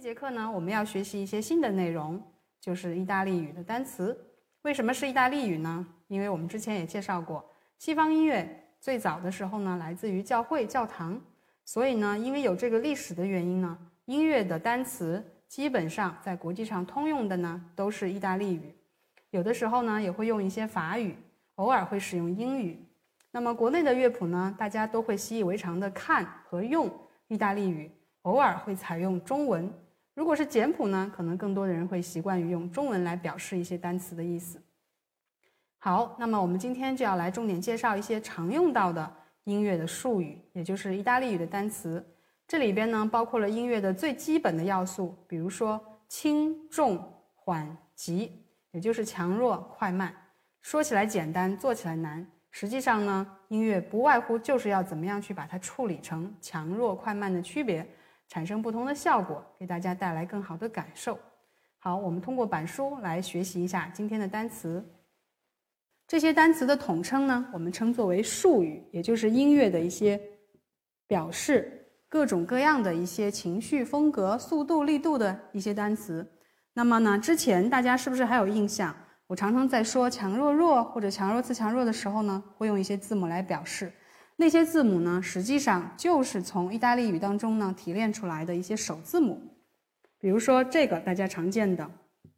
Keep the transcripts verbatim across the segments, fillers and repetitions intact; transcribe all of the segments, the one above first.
节课呢，我们要学习一些新的内容，就是意大利语的单词。为什么是意大利语呢？因为我们之前也介绍过，西方音乐最早的时候呢，来自于教会、教堂，所以呢，因为有这个历史的原因呢，音乐的单词基本上在国际上通用的呢，都是意大利语。有的时候呢，也会用一些法语，偶尔会使用英语。那么国内的乐谱呢，大家都会习以为常的看和用意大利语，偶尔会采用中文。如果是简谱呢，可能更多的人会习惯于用中文来表示一些单词的意思。好，那么我们今天就要来重点介绍一些常用到的音乐的术语，也就是意大利语的单词。这里边呢，包括了音乐的最基本的要素，比如说轻、重、缓、急，也就是强弱、快慢。说起来简单，做起来难。实际上呢，音乐不外乎就是要怎么样去把它处理成强弱、快慢的区别，产生不同的效果，给大家带来更好的感受。好，我们通过板书来学习一下今天的单词。这些单词的统称呢，我们称作为术语，也就是音乐的一些表示各种各样的一些情绪、风格、速度、力度的一些单词。那么呢，之前大家是不是还有印象？我常常在说强弱弱或者强弱次强弱的时候呢，会用一些字母来表示。那些字母呢，实际上就是从意大利语当中呢提炼出来的一些首字母。比如说这个大家常见的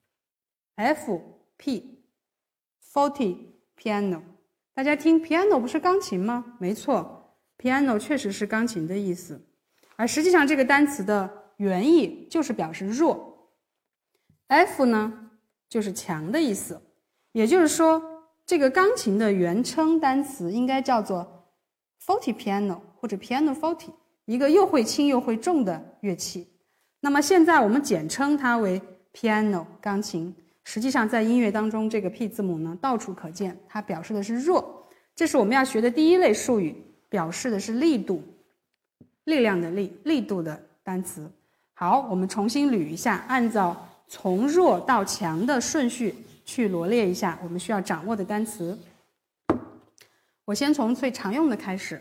F、P、forte、piano。大家听 piano 不是钢琴吗？没错， piano 确实是钢琴的意思。而实际上这个单词的原意就是表示弱。F 呢就是强的意思，也就是说这个钢琴的原称单词应该叫做 fortepiano 或者 pianoforte， 一个又会轻又会重的乐器。那么现在我们简称它为 piano 钢琴，实际上在音乐当中这个 P 字母呢到处可见，它表示的是弱。这是我们要学的第一类术语，表示的是力度，力量的力，力度的单词。好，我们重新捋一下，按照从弱到强的顺序去罗列一下我们需要掌握的单词。我先从最常用的开始。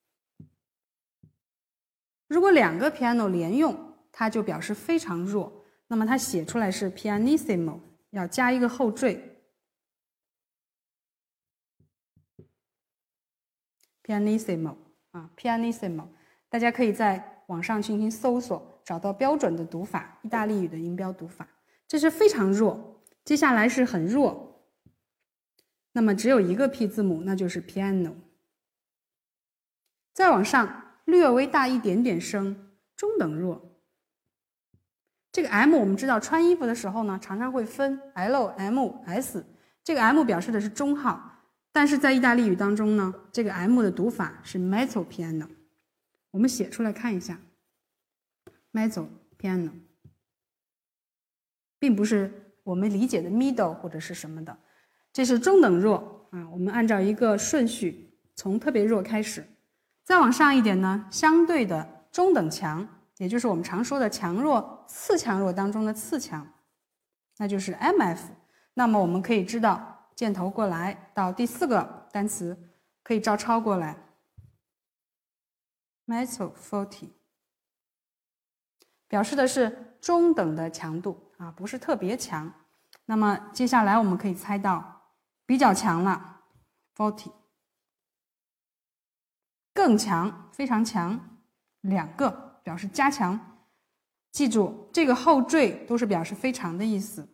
如果两个 piano 连用，它就表示非常弱，那么它写出来是 pianissimo， 要加一个后缀 pianissimo 啊 pianissimo。 大家可以在网上进行搜索，找到标准的读法，意大利语的音标读法。这是非常弱，接下来是很弱，那么只有一个 P 字母，那就是 piano。 再往上略微大一点点声，中等弱。这个 M 我们知道穿衣服的时候呢，常常会分 L、M、S， 这个 M 表示的是中号，但是在意大利语当中呢，这个 M 的读法是 mezzo piano。 我们写出来看一下 mezzo piano，并不是我们理解的 middle 或者是什么的，这是中等弱啊。我们按照一个顺序，从特别弱开始，再往上一点呢，相对的中等强，也就是我们常说的强弱、次强弱当中的次强，那就是 M F。 那么我们可以知道，箭头过来到第四个单词，可以照抄过来 mezzo forte， 表示的是中等的强度啊，不是特别强。那么接下来我们可以猜到比较强了 forte， 更强，非常强，两个表示加强。记住这个后缀都是表示非常的意思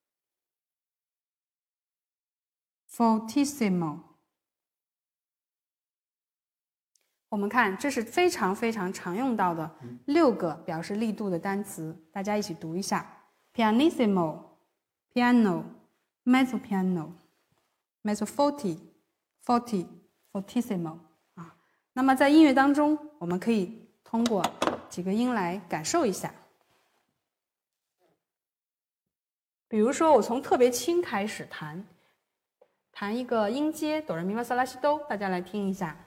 fortissimo。 我们看这是非常非常常用到的六个表示力度的单词，大家一起读一下 pianissimo、 piano、 mezzo piano、 mezzo forte、 forte、 fortissimo 啊。那么在音乐当中，我们可以通过几个音来感受一下。比如说我从特别轻开始弹，弹一个音阶哆来咪发嗦拉西哆，大家来听一下。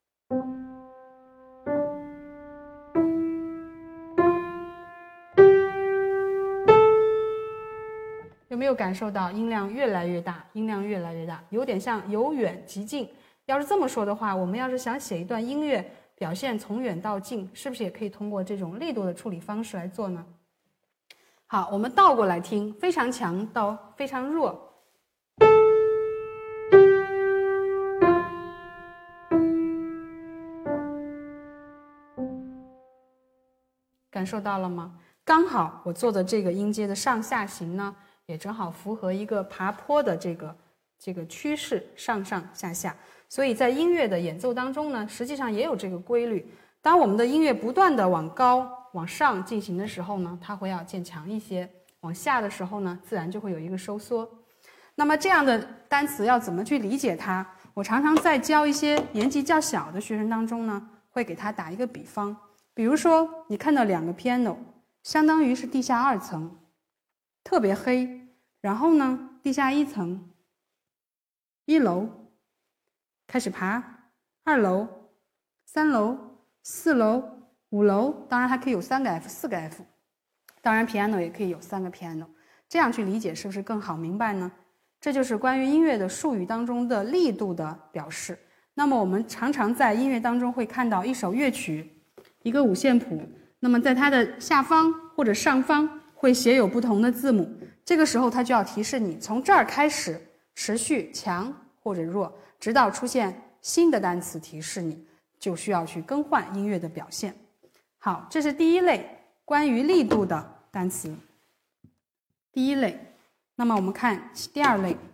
有没有感受到音量越来越大，音量越来越大，有点像由远及近。要是这么说的话，我们要是想写一段音乐表现从远到近，是不是也可以通过这种力度的处理方式来做呢？ 好，我们倒过来听，非常强到非常弱。感受到了吗？刚好我做的这个音阶的上下行呢，也正好符合一个爬坡的这个这个趋势，上上下下。所以在音乐的演奏当中呢，实际上也有这个规律。当我们的音乐不断的往高往上进行的时候呢，它会要渐强一些；往下的时候呢，自然就会有一个收缩。那么这样的单词要怎么去理解它？我常常在教一些年纪较小的学生当中呢，会给他打一个比方。比如说，你看到两个 piano， 相当于是地下二层，特别黑。然后呢，地下一层，一楼开始爬，二楼、三楼、四楼、五楼，当然还可以有三个 F、四个 F。当然 ，piano 也可以有三个 piano。这样去理解是不是更好明白呢？这就是关于音乐的术语当中的力度的表示。那么我们常常在音乐当中会看到一首乐曲。一个五线谱，那么在它的下方或者上方会写有不同的字母，这个时候它就要提示你从这儿开始持续强或者弱，直到出现新的单词提示你，就需要去更换音乐的表现。好，这是第一类关于力度的单词。第一类，那么我们看第二类，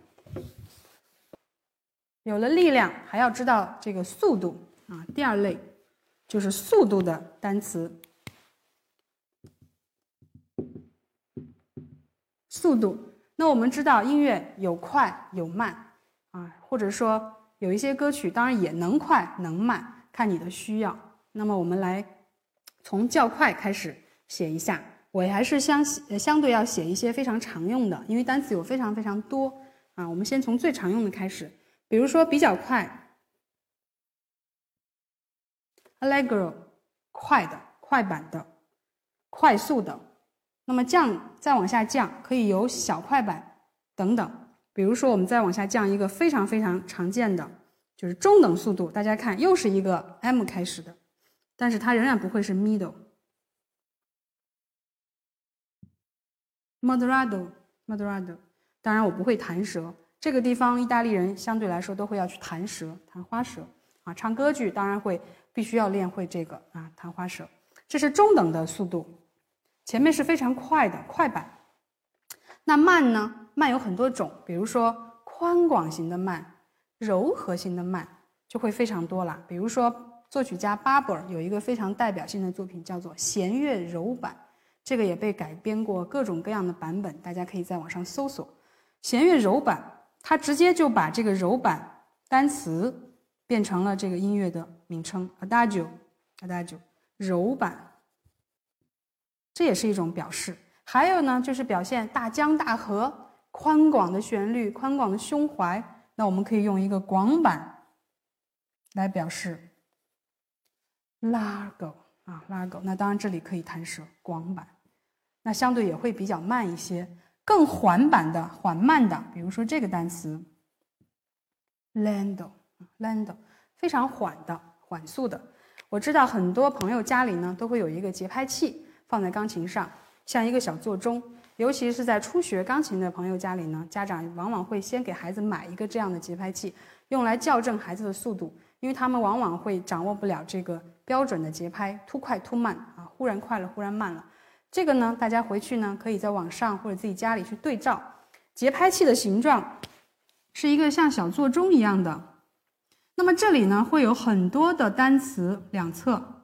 有了力量还要知道这个速度啊。第二类就是速度的单词，速度。那我们知道音乐有快有慢啊，或者说有一些歌曲当然也能快能慢，看你的需要。那么我们来从较快开始写一下，我还是相相对要写一些非常常用的，因为单词有非常非常多啊。我们先从最常用的开始，比如说比较快。Allegro 快的、快板的、快速的。那么降再往下降，可以有小快板等等。比如说，我们再往下降一个非常非常常见的，就是中等速度。大家看，又是一个 M 开始的，但是它仍然不会是 middle。Moderado，Moderado。当然，我不会弹舌。这个地方，意大利人相对来说都会要去弹舌、弹花舌啊。唱歌剧当然会。必须要练会这个啊，弹花舌，这是中等的速度，前面是非常快的快板。那慢呢？慢有很多种，比如说宽广型的慢、柔和型的慢就会非常多啦。比如说作曲家巴伯尔有一个非常代表性的作品叫做《弦乐柔版》，这个也被改编过各种各样的版本，大家可以在网上搜索。弦乐柔版，它直接就把这个柔版单词变成了这个音乐的名称 Adagio Adagio 柔版，这也是一种表示。还有呢，就是表现大江大河、宽广的旋律、宽广的胸怀。那我们可以用一个广版来表示 Largo 啊 Largo。那当然这里可以弹舌广版，那相对也会比较慢一些。更缓版的、缓慢的，比如说这个单词 Lento。Lento 非常缓的、缓速的。我知道很多朋友家里呢都会有一个节拍器放在钢琴上，像一个小座钟。尤其是在初学钢琴的朋友家里呢，家长往往会先给孩子买一个这样的节拍器，用来校正孩子的速度，因为他们往往会掌握不了这个标准的节拍，突快突慢啊，忽然快了，忽然慢了。这个呢，大家回去呢可以在网上或者自己家里去对照。节拍器的形状是一个像小座钟一样的。那么这里呢会有很多的单词两侧，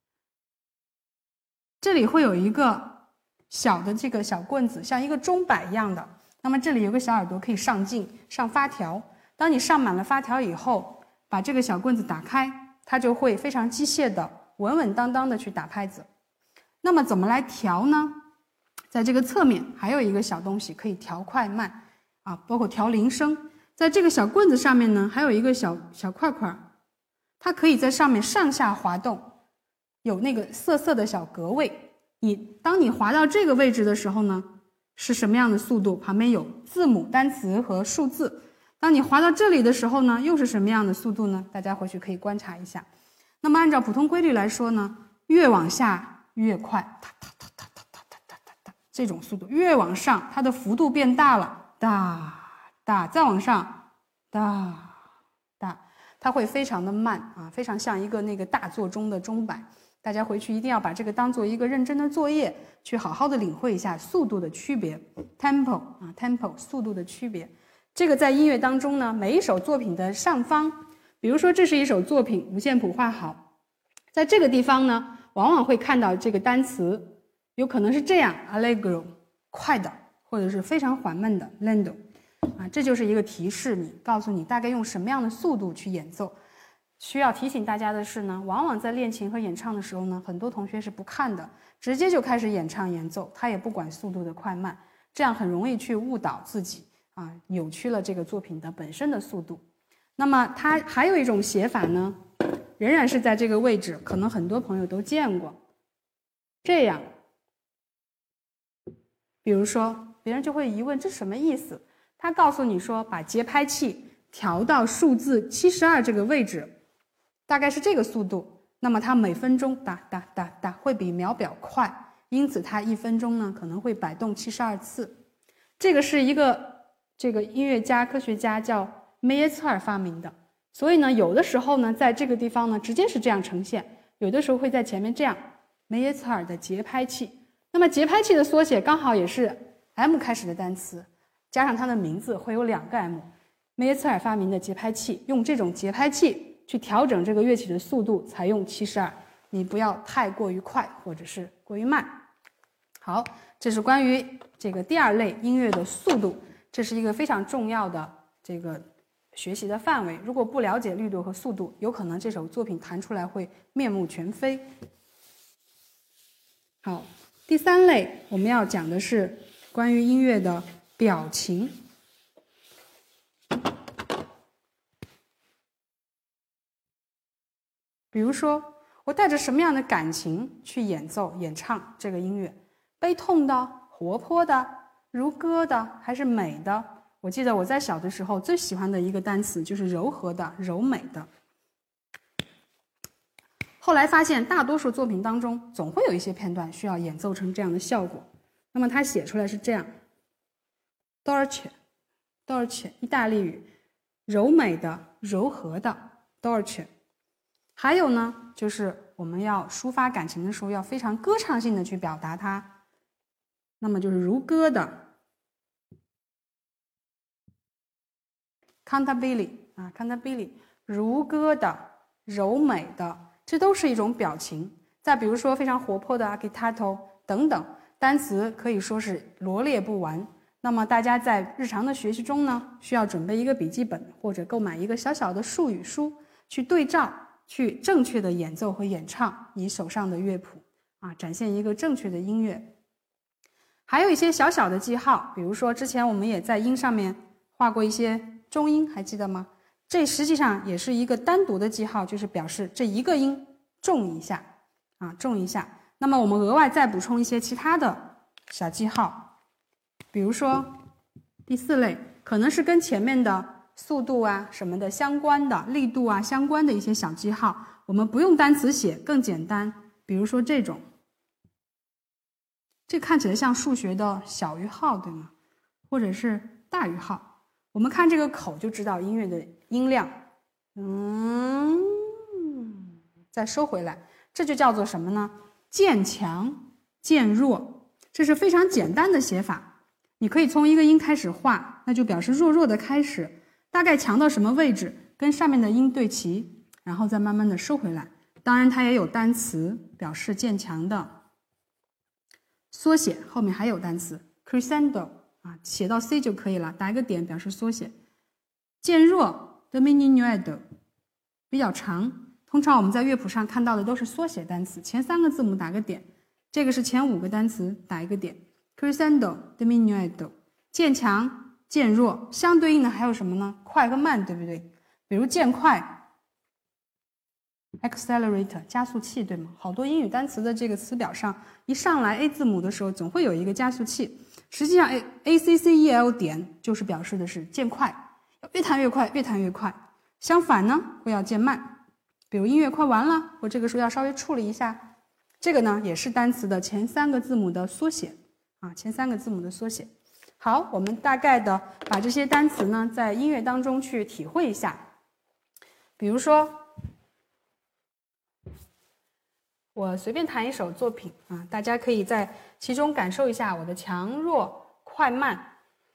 这里会有一个小的这个小棍子，像一个钟摆一样的。那么这里有个小耳朵可以上镜上发条，当你上满了发条以后，把这个小棍子打开，它就会非常机械的稳稳当当的去打拍子。那么怎么来调呢？在这个侧面还有一个小东西可以调快慢啊，包括调铃声。在这个小棍子上面呢，还有一个小小块块，它可以在上面上下滑动，有那个色色的小格位。你当你滑到这个位置的时候呢，是什么样的速度？旁边有字母、单词和数字。当你滑到这里的时候呢，又是什么样的速度呢？大家回去可以观察一下。那么按照普通规律来说呢，越往下越快，哒哒哒哒哒哒哒哒哒， 这种速度，越往上它的幅度变大了，哒哒，再往上哒哒，它会非常的慢啊，非常像一个那个大作中的钟摆。大家回去一定要把这个当做一个认真的作业，去好好的领会一下速度的区别 ，tempo 啊 ，tempo 速度的区别。这个在音乐当中呢，每一首作品的上方，比如说这是一首作品，五线谱画好，在这个地方呢，往往会看到这个单词，有可能是这样 allegro 快的，或者是非常缓慢的 lento 啊，这就是一个提示你，告诉你大概用什么样的速度去演奏。需要提醒大家的是呢，往往在练琴和演唱的时候呢，很多同学是不看的，直接就开始演唱演奏，他也不管速度的快慢，这样很容易去误导自己啊，扭曲了这个作品的本身的速度。那么它还有一种写法呢，仍然是在这个位置，可能很多朋友都见过，这样。比如说，别人就会疑问这什么意思？他告诉你说，把节拍器调到数字七十二这个位置。大概是这个速度，那么它每分钟哒哒哒哒会比秒表快，因此它一分钟呢可能会摆动七十二次。这个是一个这个音乐家、科学家叫梅耶茨尔发明的，所以呢，有的时候呢，在这个地方呢直接是这样呈现，有的时候会在前面这样梅耶茨尔的节拍器。那么节拍器的缩写刚好也是 M 开始的单词，加上它的名字会有两个 M。梅耶茨尔发明的节拍器，用这种节拍器去调整这个乐器的速度，采用七十二，你不要太过于快或者是过于慢。好，这是关于这个第二类音乐的速度，这是一个非常重要的这个学习的范围。如果不了解律动和速度，有可能这首作品弹出来会面目全非。好，第三类我们要讲的是关于音乐的表情。比如说，我带着什么样的感情去演奏、演唱这个音乐？悲痛的、活泼的、如歌的，还是美的？我记得我在小的时候最喜欢的一个单词就是柔和的、柔美的。后来发现，大多数作品当中总会有一些片段需要演奏成这样的效果。那么它写出来是这样 ：dolce dolce 意大利语，柔美的、柔和的 dolce。还有呢，就是我们要抒发感情的时候，要非常歌唱性的去表达它，那么就是如歌的 cantabile 啊 cantabile 如歌的、柔美的，这都是一种表情。再比如说非常活泼的 agitato 等等，单词可以说是罗列不完。那么大家在日常的学习中呢，需要准备一个笔记本或者购买一个小小的术语书，去对照。去正确的演奏和演唱你手上的乐谱啊，展现一个正确的音乐。还有一些小小的记号，比如说之前我们也在音上面画过一些中音，还记得吗？这实际上也是一个单独的记号，就是表示这一个音重一下啊，重一下。那么我们额外再补充一些其他的小记号，比如说第四类可能是跟前面的速度啊什么的相关的，力度啊相关的一些小记号，我们不用单词写，更简单。比如说这种，这看起来像数学的小于号，对吗？或者是大于号。我们看这个口就知道音乐的音量，嗯，再收回来，这就叫做什么呢？渐强渐弱，这是非常简单的写法。你可以从一个音开始画，那就表示弱弱的开始。大概强到什么位置，跟上面的音对齐，然后再慢慢的收回来。当然它也有单词表示渐强的缩写，后面还有单词 crescendo 啊，写到 C 就可以了，打一个点表示缩写。渐弱 diminuendo 比较长，通常我们在乐谱上看到的都是缩写单词，前三个字母打个点，这个是前五个单词打一个点 crescendo diminuendo 渐强渐弱，相对应的还有什么呢？快和慢，对不对？比如渐快 accelerator 加速器，对吗？好多英语单词的这个词表上一上来 A 字母的时候总会有一个加速器，实际上 A A C C E L 点就是表示的是渐快，要越弹越快，越弹越快。相反呢，会要渐慢，比如音乐快完了，我这个时候要稍微处理一下，这个呢也是单词的前三个字母的缩写啊，前三个字母的缩写。好，我们大概的把这些单词呢，在音乐当中去体会一下。比如说，我随便弹一首作品啊，大家可以在其中感受一下我的强弱、快慢。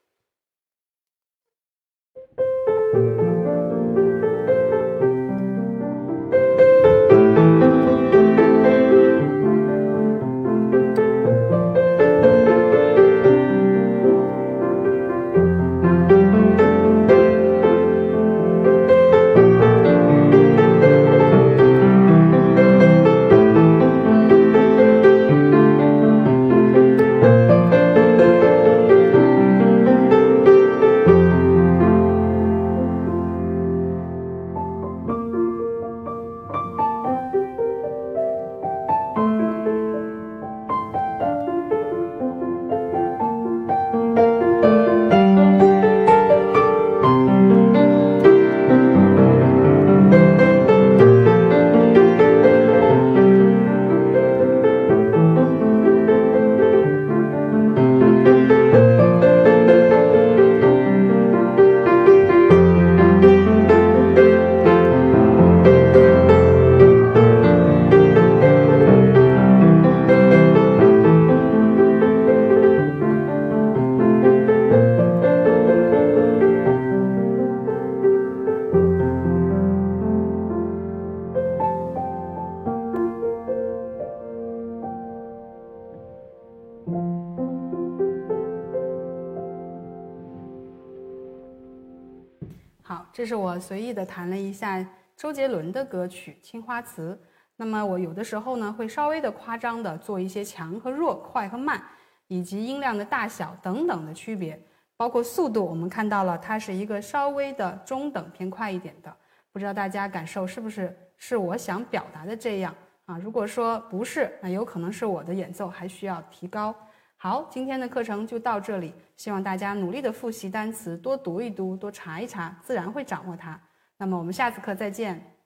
好，这是我随意的弹了一下周杰伦的歌曲《青花瓷》。那么我有的时候呢，会稍微的夸张的做一些强和弱、快和慢，以及音量的大小等等的区别，包括速度，我们看到了它是一个稍微的中等偏快一点的。不知道大家感受是不是是我想表达的这样啊？如果说不是，那有可能是我的演奏还需要提高。好，今天的课程就到这里，希望大家努力的复习单词，多读一读，多查一查，自然会掌握它。那么我们下次课再见。